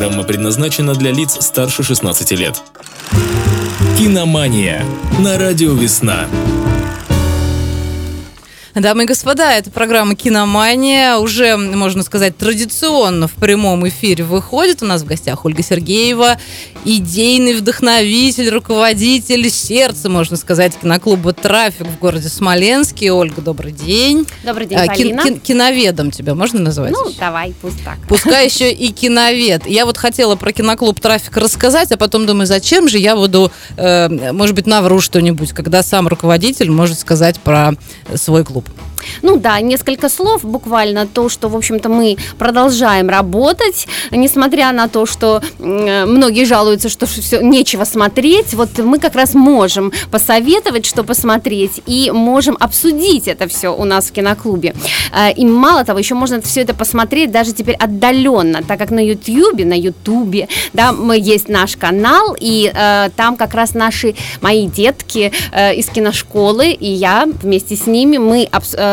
Программа предназначена для лиц старше 16 лет. Киномания на радио «Весна». Дамы и господа, это программа «Киномания». Уже, можно сказать, традиционно в прямом эфире выходит. У нас в гостях Ольга Сергеева, идейный вдохновитель, руководитель сердца, можно сказать, киноклуба «Трафик» в городе Смоленске. Ольга, добрый день. Добрый день, Полина. Киноведом тебя можно называть? Ну, давай, пусть так. Пускай еще и киновед. Я вот хотела про киноклуб «Трафик» рассказать, а потом думаю, зачем же я буду, может быть, навру что-нибудь, когда сам руководитель может сказать про свой клуб. Ну да, несколько слов, буквально то, что, в общем-то, мы продолжаем работать, несмотря на то, что многие жалуются, что все нечего смотреть. Вот мы как раз можем посоветовать, что посмотреть, и можем обсудить это все у нас в киноклубе. И мало того, еще можно все это посмотреть даже теперь отдаленно, так как на Ютубе, да, есть наш канал, и там как раз мои детки из киношколы, и я вместе с ними, мы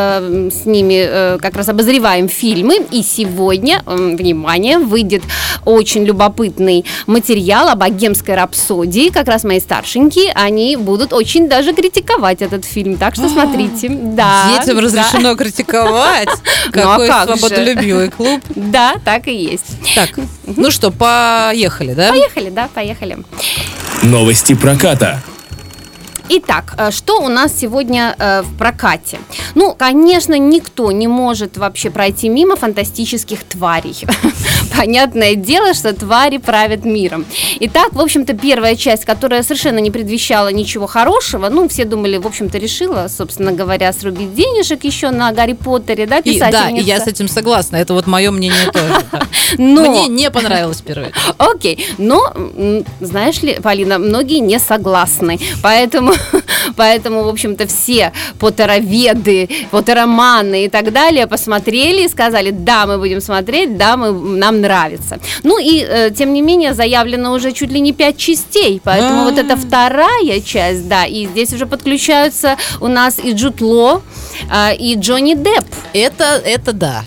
с ними как раз обозреваем фильмы, и сегодня, внимание, выйдет очень любопытный материал о «Богемской рапсодии». Как раз мои старшенькие, они будут очень даже критиковать этот фильм, так что смотрите. Да, детям разрешено критиковать? Какой свободолюбивый клуб. Да, так и есть. Так, ну что, поехали, да? Поехали. Новости проката. Итак, что у нас сегодня в прокате? Ну, конечно, никто не может вообще пройти мимо фантастических тварей. Понятное дело, что твари правят миром. Итак, в общем-то, первая часть, которая совершенно не предвещала ничего хорошего, ну, все думали, в общем-то, решила, собственно говоря, срубить денежек еще на Гарри Поттере, да, писательница. Да, и я с этим согласна, это вот мое мнение тоже. Мне не понравилось первое. Окей, но, знаешь ли, Полина, многие не согласны, поэтому, в общем-то, все поттероведы, поттероманы и так далее посмотрели и сказали, да, мы будем смотреть, да, нам нравится. Ну и, тем не менее, заявлено уже чуть ли не 5 частей, поэтому вот это вторая часть, да, и здесь уже подключаются у нас и Джуд Лоу, и Джонни Депп. Это да.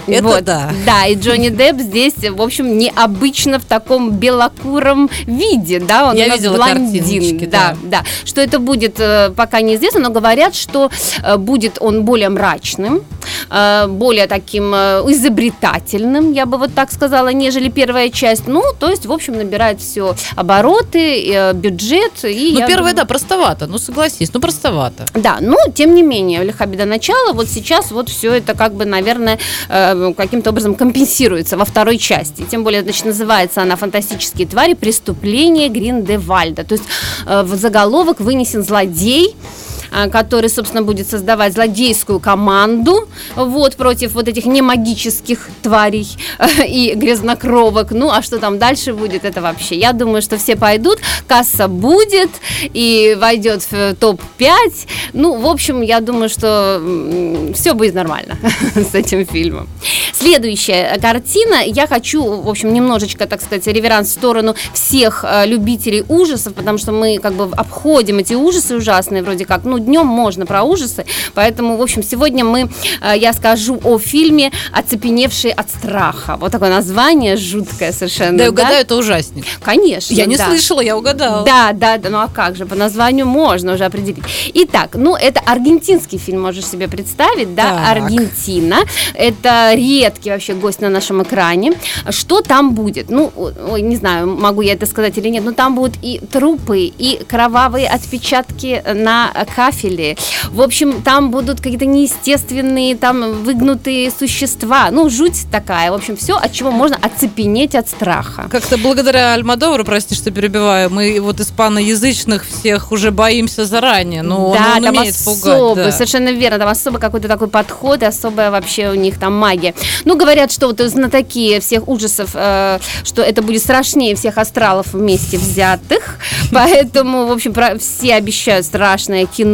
Да, и Джонни Депп здесь, в общем, необычно в таком белокуром виде, да, он я у нас видела блондин. Да. Что это будет, пока неизвестно, но говорят, что будет он более мрачным, более таким изобретательным, я бы вот так сказала, нежели первая часть. Ну, то есть, в общем, набирает все обороты, бюджет. Первая, да, простовато, согласись, простовато. Да, тем не менее, лиха беда начала, вот сейчас вот все это как бы, наверное, каким-то образом компенсируется во второй части. Тем более, значит, называется она «Фантастические твари. Преступление Гриндевальда». То есть в заголовок вынесен злодей, который, собственно, будет создавать злодейскую команду против вот этих немагических тварей и грязнокровок. Ну, а что там дальше будет, это вообще. Я думаю, что все пойдут, касса будет и войдет в топ-5. Ну, в общем, я думаю, что все будет нормально с этим фильмом. Следующая картина. Я хочу, в общем, немножечко, так сказать, реверанс в сторону всех любителей ужасов, потому что мы как бы обходим эти ужасы ужасные, вроде как, днем можно про ужасы, поэтому, в общем, сегодня я скажу о фильме «Оцепеневшие от страха». Вот такое название жуткое совершенно. Да, угадаю, это ужасник. Конечно. Я не слышала, я угадала. Да, ну а как же, по названию можно уже определить. Итак, это аргентинский фильм, можешь себе представить, да, так. Аргентина. Это редкий вообще гость на нашем экране. Что там будет? Не знаю, могу я это сказать или нет, но там будут и трупы, и кровавые отпечатки на кафеле. В общем, там будут какие-то неестественные, там выгнутые существа. Жуть такая. В общем, все, от чего можно оцепенеть от страха. Как-то благодаря Альмодовару, прости, что перебиваю, мы вот испаноязычных всех уже боимся заранее. Но да, он там умеет особо, пугать. Да. Совершенно верно. Там особо какой-то такой подход, и особая вообще у них там магия. Говорят, что вот знатоки всех ужасов, что это будет страшнее всех астралов вместе взятых. Поэтому, в общем, все обещают страшное кино.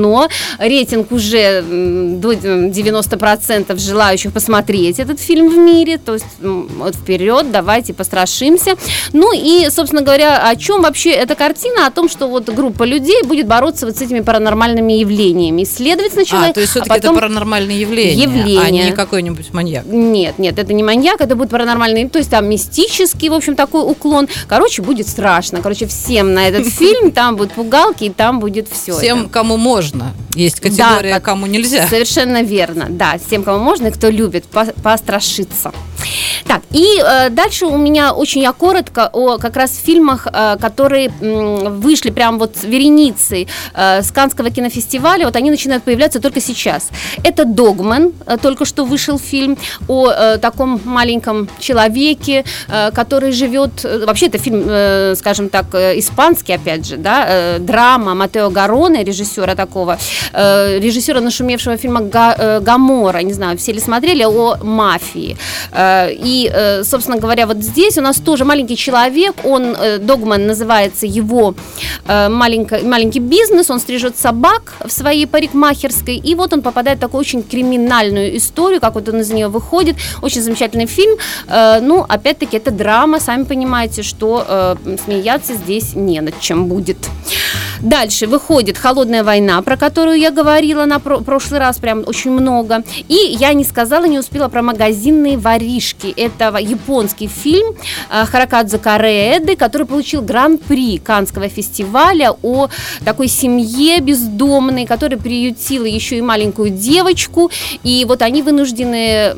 кино. Рейтинг уже до 90% желающих посмотреть этот фильм в мире. То есть вот вперед, давайте пострашимся. Ну и, собственно говоря, о чем вообще эта картина? О том, что вот группа людей будет бороться вот с этими паранормальными явлениями. Исследовать сначала. То есть все-таки это паранормальные явления, а не какой-нибудь маньяк. Нет, это не маньяк, это будет паранормальный, то есть там мистический, в общем, такой уклон. Короче, будет страшно. Короче, всем на этот фильм, там будут пугалки, и там будет все. Всем, кому можно. Есть категория, кому нельзя. Совершенно верно, да. Всем, кому можно, и кто любит пострашиться. Так, и дальше у меня очень коротко о как раз фильмах, которые вышли прям вот вереницей с Каннского кинофестиваля. Вот они начинают появляться только сейчас. Это «Догман», только что вышел фильм о таком маленьком человеке, который живет... Вообще это фильм, скажем так, испанский, опять же, да, драма Матео Гарроне, режиссера такого, режиссера нашумевшего фильма «Гоморра», не знаю, все ли смотрели, о мафии. И, собственно говоря, вот здесь у нас тоже маленький человек, он, «Догман» называется его маленький бизнес, он стрижет собак в своей парикмахерской, и вот он попадает в такую очень криминальную историю, как вот он из нее выходит, очень замечательный фильм, ну, опять-таки, это драма, сами понимаете, что смеяться здесь не над чем будет. Дальше выходит «Холодная война», про которую я говорила на прошлый раз, прям очень много. И я не сказала, не успела про «Магазинные воришки». Это японский фильм Харакадзу Кареэды, который получил гран-при Каннского фестиваля о такой семье бездомной, которая приютила еще и маленькую девочку. И вот они вынуждены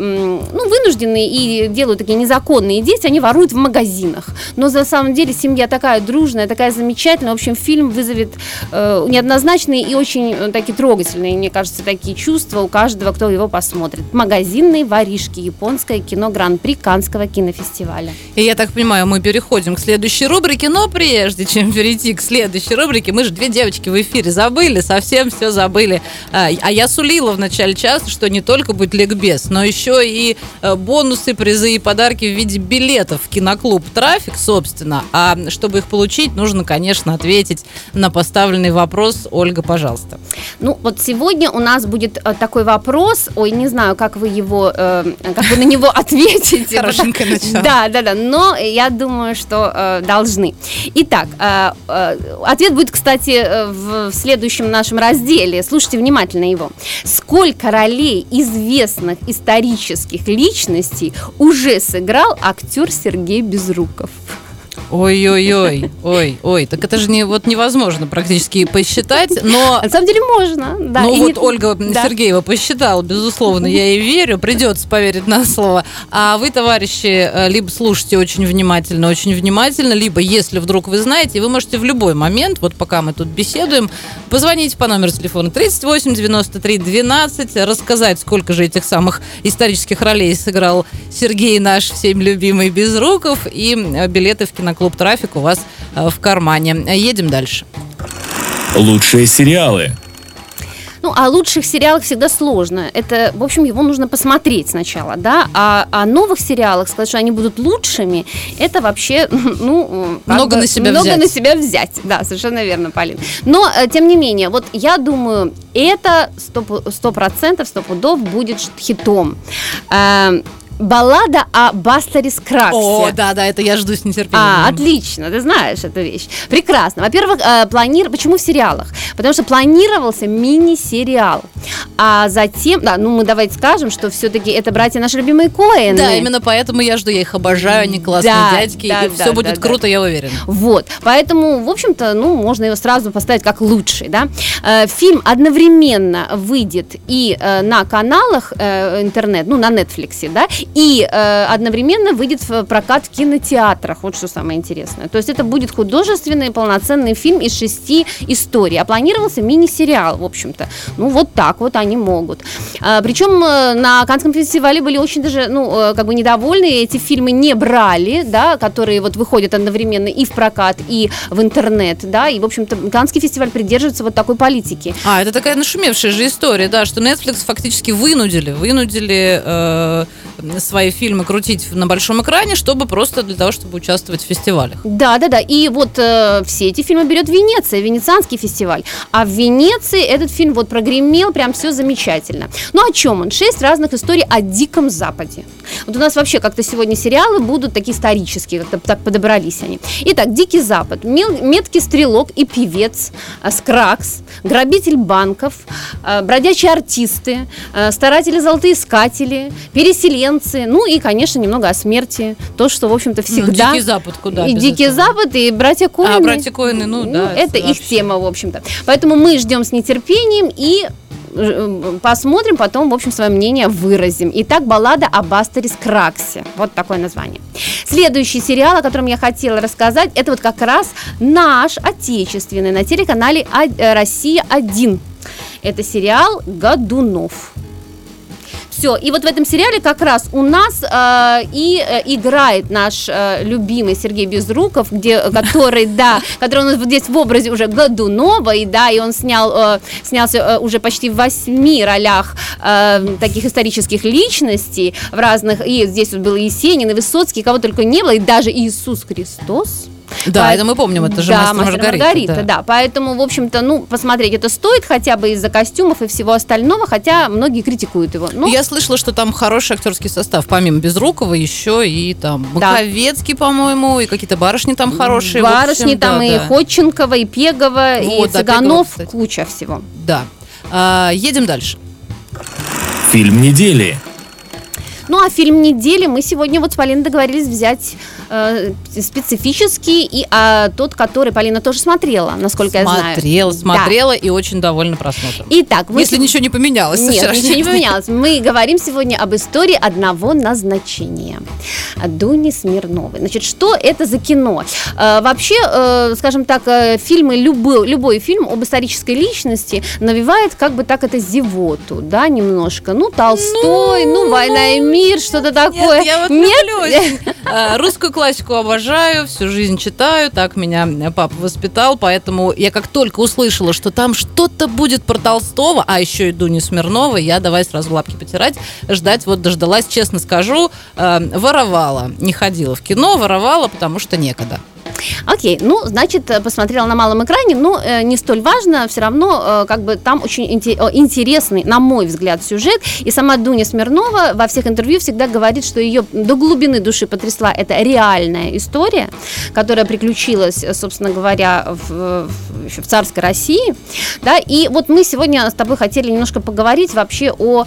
и делают такие незаконные действия, они воруют в магазинах. Но на самом деле семья такая дружная, такая замечательная. В общем, фильм вызовет неоднозначные и очень такие трогательные, мне кажется, такие чувства у каждого, кто его посмотрит. «Магазинные воришки», японское кино, гран-при Каннского кинофестиваля. И я так понимаю, мы переходим к следующей рубрике, но прежде чем перейти к следующей рубрике, мы же две девочки в эфире забыли, совсем все забыли. А я сулила в начале часа, что не только будет ликбез, но еще и бонусы, призы и подарки в виде билетов в киноклуб «Трафик», собственно. А чтобы их получить, нужно, конечно, ответить на поставленный вопрос. Ольга, пожалуйста. Ну, вот сегодня у нас будет такой вопрос. Ой, не знаю, как вы на него ответите. Хорошенько начало. Да, но я думаю, что должны. Итак, ответ будет, кстати, в следующем нашем разделе. Слушайте внимательно его. Сколько ролей известных исторических личностей уже сыграл актер Сергей Безруков? Ой, так это же невозможно практически посчитать, но... На самом деле можно, да. Ну вот Ольга Сергеева посчитала, безусловно, я ей верю, придется поверить на слово. А вы, товарищи, либо слушайте очень внимательно, либо, если вдруг вы знаете, вы можете в любой момент, вот пока мы тут беседуем, позвонить по номеру телефона 38 93 12, рассказать, сколько же этих самых исторических ролей сыграл Сергей наш всем любимый Безруков, и билеты в киноклуб «Трафик» у вас в кармане. Едем дальше. Лучшие сериалы. Ну, о лучших сериалах всегда сложно. Это, в общем, его нужно посмотреть сначала, да. А о новых сериалах сказать, что они будут лучшими, это вообще, много на себя взять. Да, совершенно верно, Полин. Но, тем не менее, вот я думаю, это 100%, 100 пудов будет хитом. «Баллада о Бастере Скраггсе». О, да, это я жду с нетерпением. Отлично, ты знаешь эту вещь. Прекрасно. Во-первых, почему в сериалах? Потому что планировался мини-сериал. А затем, мы давайте скажем, что все-таки это братья наши любимые Коэны. Да, именно поэтому я жду, я их обожаю, они классные дядьки, и все будет круто, я уверена. Вот, поэтому, в общем-то, можно его сразу поставить как лучший, да. Фильм одновременно выйдет и на каналах интернет, на Netflix, да, и одновременно выйдет в прокат в кинотеатрах. Вот что самое интересное. То есть это будет художественный полноценный фильм из 6 историй. А планировался мини-сериал, в общем-то. Вот так вот они могут. Причем на Каннском фестивале были очень даже, недовольны. Эти фильмы не брали, да, которые вот выходят одновременно и в прокат, и в интернет, да. И, в общем-то, Каннский фестиваль придерживается вот такой политики. Это такая нашумевшая же история, да, что Netflix фактически вынудили свои фильмы крутить на большом экране, чтобы просто для того, чтобы участвовать в фестивалях. Да. И вот все эти фильмы берет Венеция, Венецианский фестиваль. А в Венеции этот фильм вот прогремел, прям все замечательно. Ну о чем он? 6 разных историй о Диком Западе. Вот у нас вообще как-то сегодня сериалы будут такие исторические, как-то так подобрались они. Итак, Дикий Запад. Меткий стрелок и певец Скракс, грабитель банков, бродячие артисты, старатели золотоискатели, переселенцы, ну и, конечно, немного о смерти. То, что, в общем-то, всегда... Дикий Запад куда? И Дикий Запад, и братья Коэны. Братья Коэны, да. Это их тема, в общем-то. Поэтому мы ждем с нетерпением и посмотрим, потом, в общем, свое мнение выразим. Итак, баллада о Бастере Скраксе. Вот такое название. Следующий сериал, о котором я хотела рассказать, это вот как раз наш отечественный на телеканале «Россия-1». Это сериал «Годунов». Все, и вот в этом сериале как раз у нас играет наш любимый Сергей Безруков, который у нас здесь в образе уже Годунова, и он снялся уже почти в 8 ролях таких исторических личностей в разных, и здесь вот был и Есенин, и Высоцкий, кого только не было, и даже Иисус Христос. Да, это мы помним, это же «Мастер и Маргарита». Да, поэтому, в общем-то, посмотреть это стоит хотя бы из-за костюмов и всего остального, хотя многие критикуют его. Я слышала, что там хороший актерский состав, помимо Безрукова, еще и там Маковецкий, по-моему, и какие-то барышни там хорошие. Барышни там и Ходченкова, и Пегова, и Цыганов, куча всего. Да. Едем дальше. Фильм недели. Ну, а фильм недели мы сегодня вот с Полиной договорились взять специфический, и тот, который Полина тоже смотрела, насколько я знаю. Смотрела и очень довольна просмотром. Итак, если ничего не поменялось. Нет, ничего не поменялось. Мы говорим сегодня об истории одного назначения. Дуни Смирновой. Значит, что это за кино? Вообще, скажем так, фильмы, любой фильм об исторической личности навевает, как бы так, это зевоту, да, немножко. Толстой, «Война и мир», что-то такое. Нет, я вот люблю. Русскую классику обожаю, всю жизнь читаю, так меня папа воспитал, поэтому я как только услышала, что там что-то будет про Толстого, а еще и Дуни Смирновой, я давай сразу лапки потирать, ждать, вот дождалась, честно скажу, воровала, не ходила в кино, воровала, потому что некогда. Окей, значит, посмотрела на малом экране, но не столь важно, все равно, как бы там очень интересный, на мой взгляд, сюжет, и сама Дуня Смирнова во всех интервью всегда говорит, что ее до глубины души потрясла эта реальная история, которая приключилась, собственно говоря, в царской России, да, и вот мы сегодня с тобой хотели немножко поговорить вообще о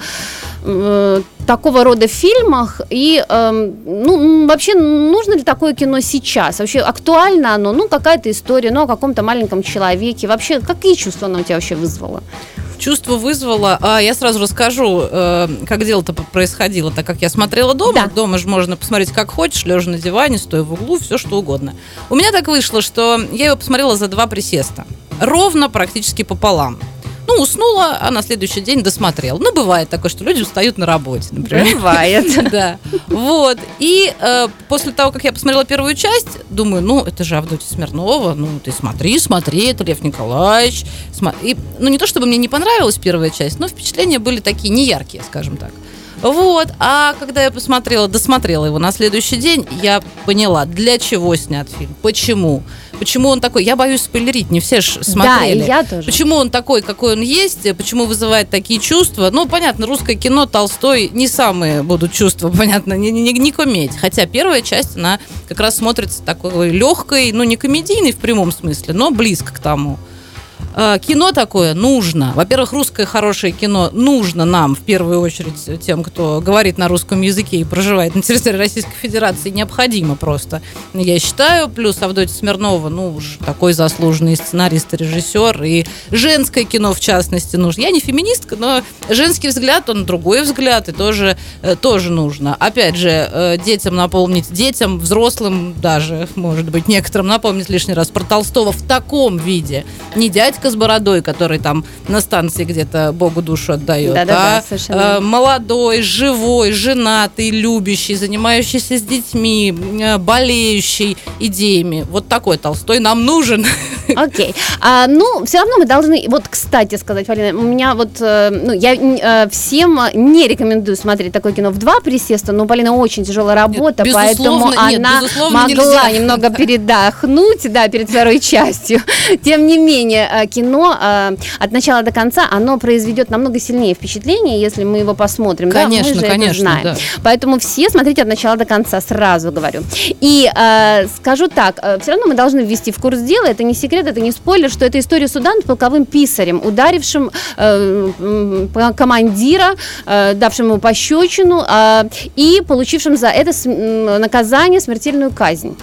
такого рода фильмах и вообще нужно ли такое кино сейчас? Вообще актуально оно? Какая-то история, о каком-то маленьком человеке. Вообще, какие чувства оно у тебя вообще вызвало? Чувство вызвало. Я сразу расскажу, как дело-то происходило, так как я смотрела дома. Да. Дома же можно посмотреть как хочешь, лежа на диване, стоя в углу, все что угодно. У меня так вышло, что я его посмотрела за 2 присеста. Ровно практически пополам. Уснула, а на следующий день досмотрела. Бывает такое, что люди устают на работе, например. Бывает. Да. Вот. И после того, как я посмотрела первую часть, думаю, это же Авдотья Смирнова, ты смотри, это Лев Николаевич. И, не то чтобы мне не понравилась первая часть, но впечатления были такие неяркие, скажем так. Вот, а когда я досмотрела его на следующий день, я поняла, для чего снят фильм, почему он такой, я боюсь спойлерить, не все же смотрели. Да, и я тоже. Почему он такой, какой он есть, почему вызывает такие чувства. Понятно, русское кино, Толстой, не самые будут чувства, понятно, не комедия. Хотя первая часть, она как раз смотрится такой легкой, не комедийной в прямом смысле, но близко к тому. Кино такое нужно. Во-первых, русское хорошее кино нужно нам, в первую очередь, тем, кто говорит на русском языке и проживает на территории Российской Федерации, необходимо просто. Я считаю, плюс Авдотья Смирнова, уж такой заслуженный сценарист и режиссер, и женское кино, в частности, нужно. Я не феминистка, но женский взгляд, он другой взгляд, и тоже нужно. Опять же, детям, взрослым даже, может быть, некоторым напомнить лишний раз про Толстого в таком виде. Не дядька с бородой, который там на станции где-то Богу душу отдает, молодой, живой, женатый, любящий, занимающийся с детьми, болеющий идеями. Вот такой Толстой нам нужен. Окей. Ну, все равно мы должны, вот, кстати сказать, Полина, у меня вот, я всем не рекомендую смотреть такое кино в 2 присеста, но у Полины очень тяжелая работа, поэтому она могла немного передохнуть, да, перед второй частью. Тем не менее, кино от начала до конца, оно произведет намного сильнее впечатление, если мы его посмотрим. Конечно, да? Мы же конечно, это знаем. Да. Поэтому все смотрите от начала до конца, сразу говорю. И скажу так, все равно мы должны ввести в курс дела, это не секрет, это не спойлер, что это история суда над полковым писарем, ударившим командира, давшим ему пощечину и получившим за это наказание смертельную казнь.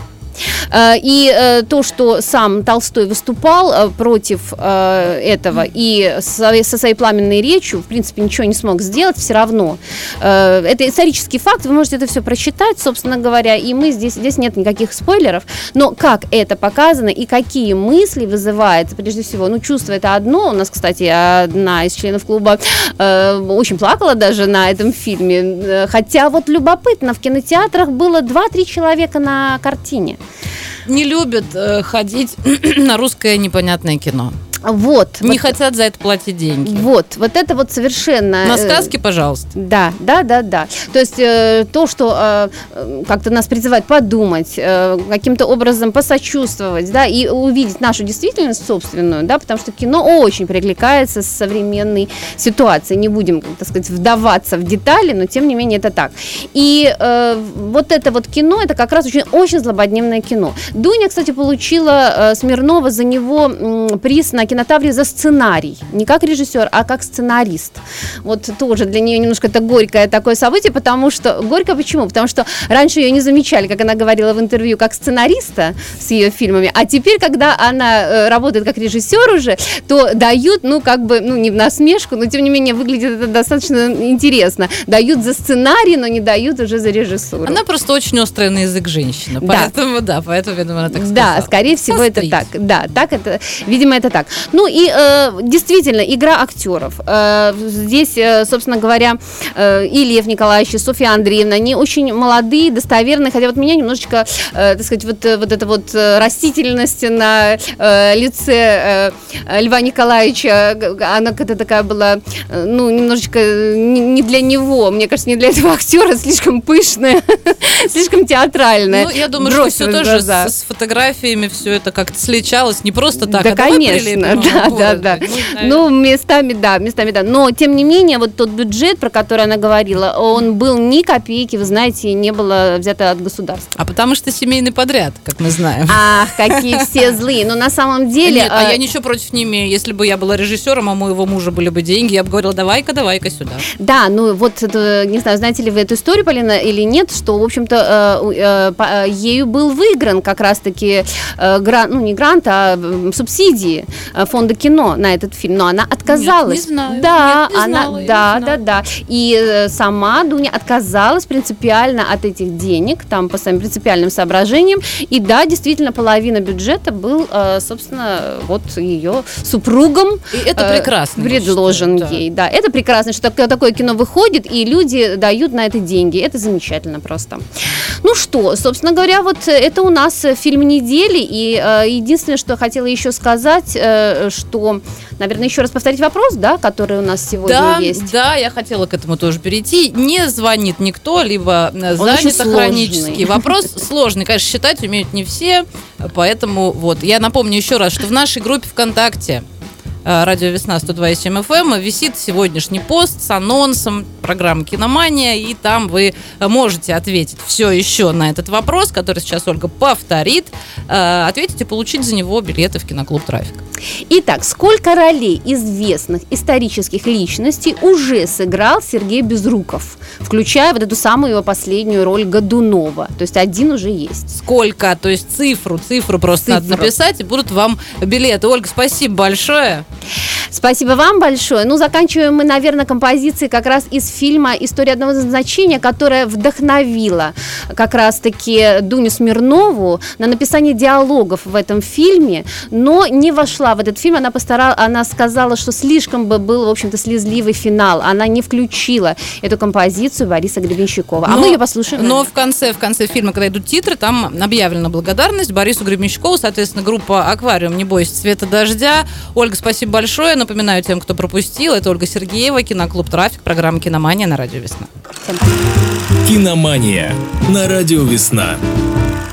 И то, что сам Толстой выступал против этого и со своей пламенной речью, в принципе, ничего не смог сделать, все равно. Это исторический факт, вы можете это все прочитать, собственно говоря, и мы здесь нет никаких спойлеров, но как это показано и какие мысли вызывает, прежде всего, чувство это одно, у нас, кстати, одна из членов клуба очень плакала даже на этом фильме, хотя вот любопытно, в кинотеатрах было 2-3 человека на картине. Не любят ходить на русское непонятное кино. Не хотят за это платить деньги. Вот это вот совершенно... На сказки, пожалуйста. Да. То есть то, что как-то нас призывает подумать, каким-то образом посочувствовать, да, и увидеть нашу действительность собственную, да, потому что кино очень перекликается с современной ситуацией. Не будем, так сказать, вдаваться в детали, но тем не менее это так. И вот это вот кино, это как раз очень злободневное кино. Дуня, кстати, получила Смирнова за него приз на Кинотавре за сценарий, не как режиссер, а как сценарист. Вот тоже для нее немножко это горькое такое событие, потому что... Горько почему? Потому что раньше ее не замечали, как она говорила в интервью, как сценариста с ее фильмами, а теперь, когда она работает как режиссер уже, то дают, не в насмешку, но тем не менее выглядит это достаточно интересно. Дают за сценарий, но не дают уже за режиссуру. Она просто очень острая на язык женщина, поэтому, видимо, она так сказала. Да, скорее всего, это так. Да, так это, видимо, это так. И действительно, игра актеров. Здесь, собственно говоря, и Лев Николаевич, и Софья Андреевна, они очень молодые, достоверные, хотя вот меня немножечко, так сказать, вот эта вот растительность на лице Льва Николаевича, она какая-то такая была, немножечко не для него, мне кажется, не для этого актера, слишком пышная, слишком театральная. Я думаю, что все тоже с фотографиями все это как-то сличалось, не просто так. Да, конечно. Да. Местами да. Но, тем не менее, вот тот бюджет, про который она говорила, он был ни копейки, вы знаете, не было взято от государства. А потому что семейный подряд, как мы знаем. Ах, какие все злые. Но на самом деле... Нет, я ничего против не имею. Если бы я была режиссером, а у моего мужа были бы деньги, я бы говорила, давай-ка сюда. Да, не знаю, знаете ли вы эту историю, Полина, или нет, что, в общем-то, ею был выигран как раз-таки не грант, а субсидии фонда кино на этот фильм, но она отказалась. Нет, не знаю. Да, да. И сама Дуня отказалась принципиально от этих денег, там по своим принципиальным соображениям. И да, действительно, половина бюджета был, собственно, вот ее супругом. И это прекрасно. Предложен ей. Да, это прекрасно, что такое кино выходит, и люди дают на это деньги. Это замечательно просто. Что, собственно говоря, вот это у нас фильм недели. И единственное, что хотела еще сказать, что, наверное, еще раз повторить вопрос, да, который у нас сегодня есть. Да, я хотела к этому тоже перейти. Не звонит никто, либо занят хронический. Вопрос сложный, конечно, считать умеют не все, поэтому я напомню еще раз, что в нашей группе ВКонтакте Радио Весна 102.7 FM висит сегодняшний пост с анонсом программы «Киномания», и там вы можете ответить все еще на этот вопрос, который сейчас Ольга повторит, ответить и получить за него билеты в киноклуб «Трафик». Итак, сколько ролей известных исторических личностей уже сыграл Сергей Безруков, включая вот эту самую его последнюю роль Годунова? То есть один уже есть. Сколько? То есть цифру просто надо написать, и будут вам билеты. Ольга, спасибо большое. Спасибо вам большое. Заканчиваем мы, наверное, композицией как раз из фильма «История одного назначения», которая вдохновила как раз-таки Дуню Смирнову на написание диалогов в этом фильме, но не вошла пошла в этот фильм, она сказала, что слишком бы был, в общем-то, слезливый финал. Она не включила эту композицию Бориса Гребенщикова. А мы ее послушаем. Но в конце фильма, когда идут титры, там объявлена благодарность Борису Гребенщикову, соответственно, группа «Аквариум», «Не бойся цвета дождя». Ольга, спасибо большое. Напоминаю тем, кто пропустил, это Ольга Сергеева, киноклуб «Трафик», программа «Киномания» на радио «Весна». Киномания на радио «Весна».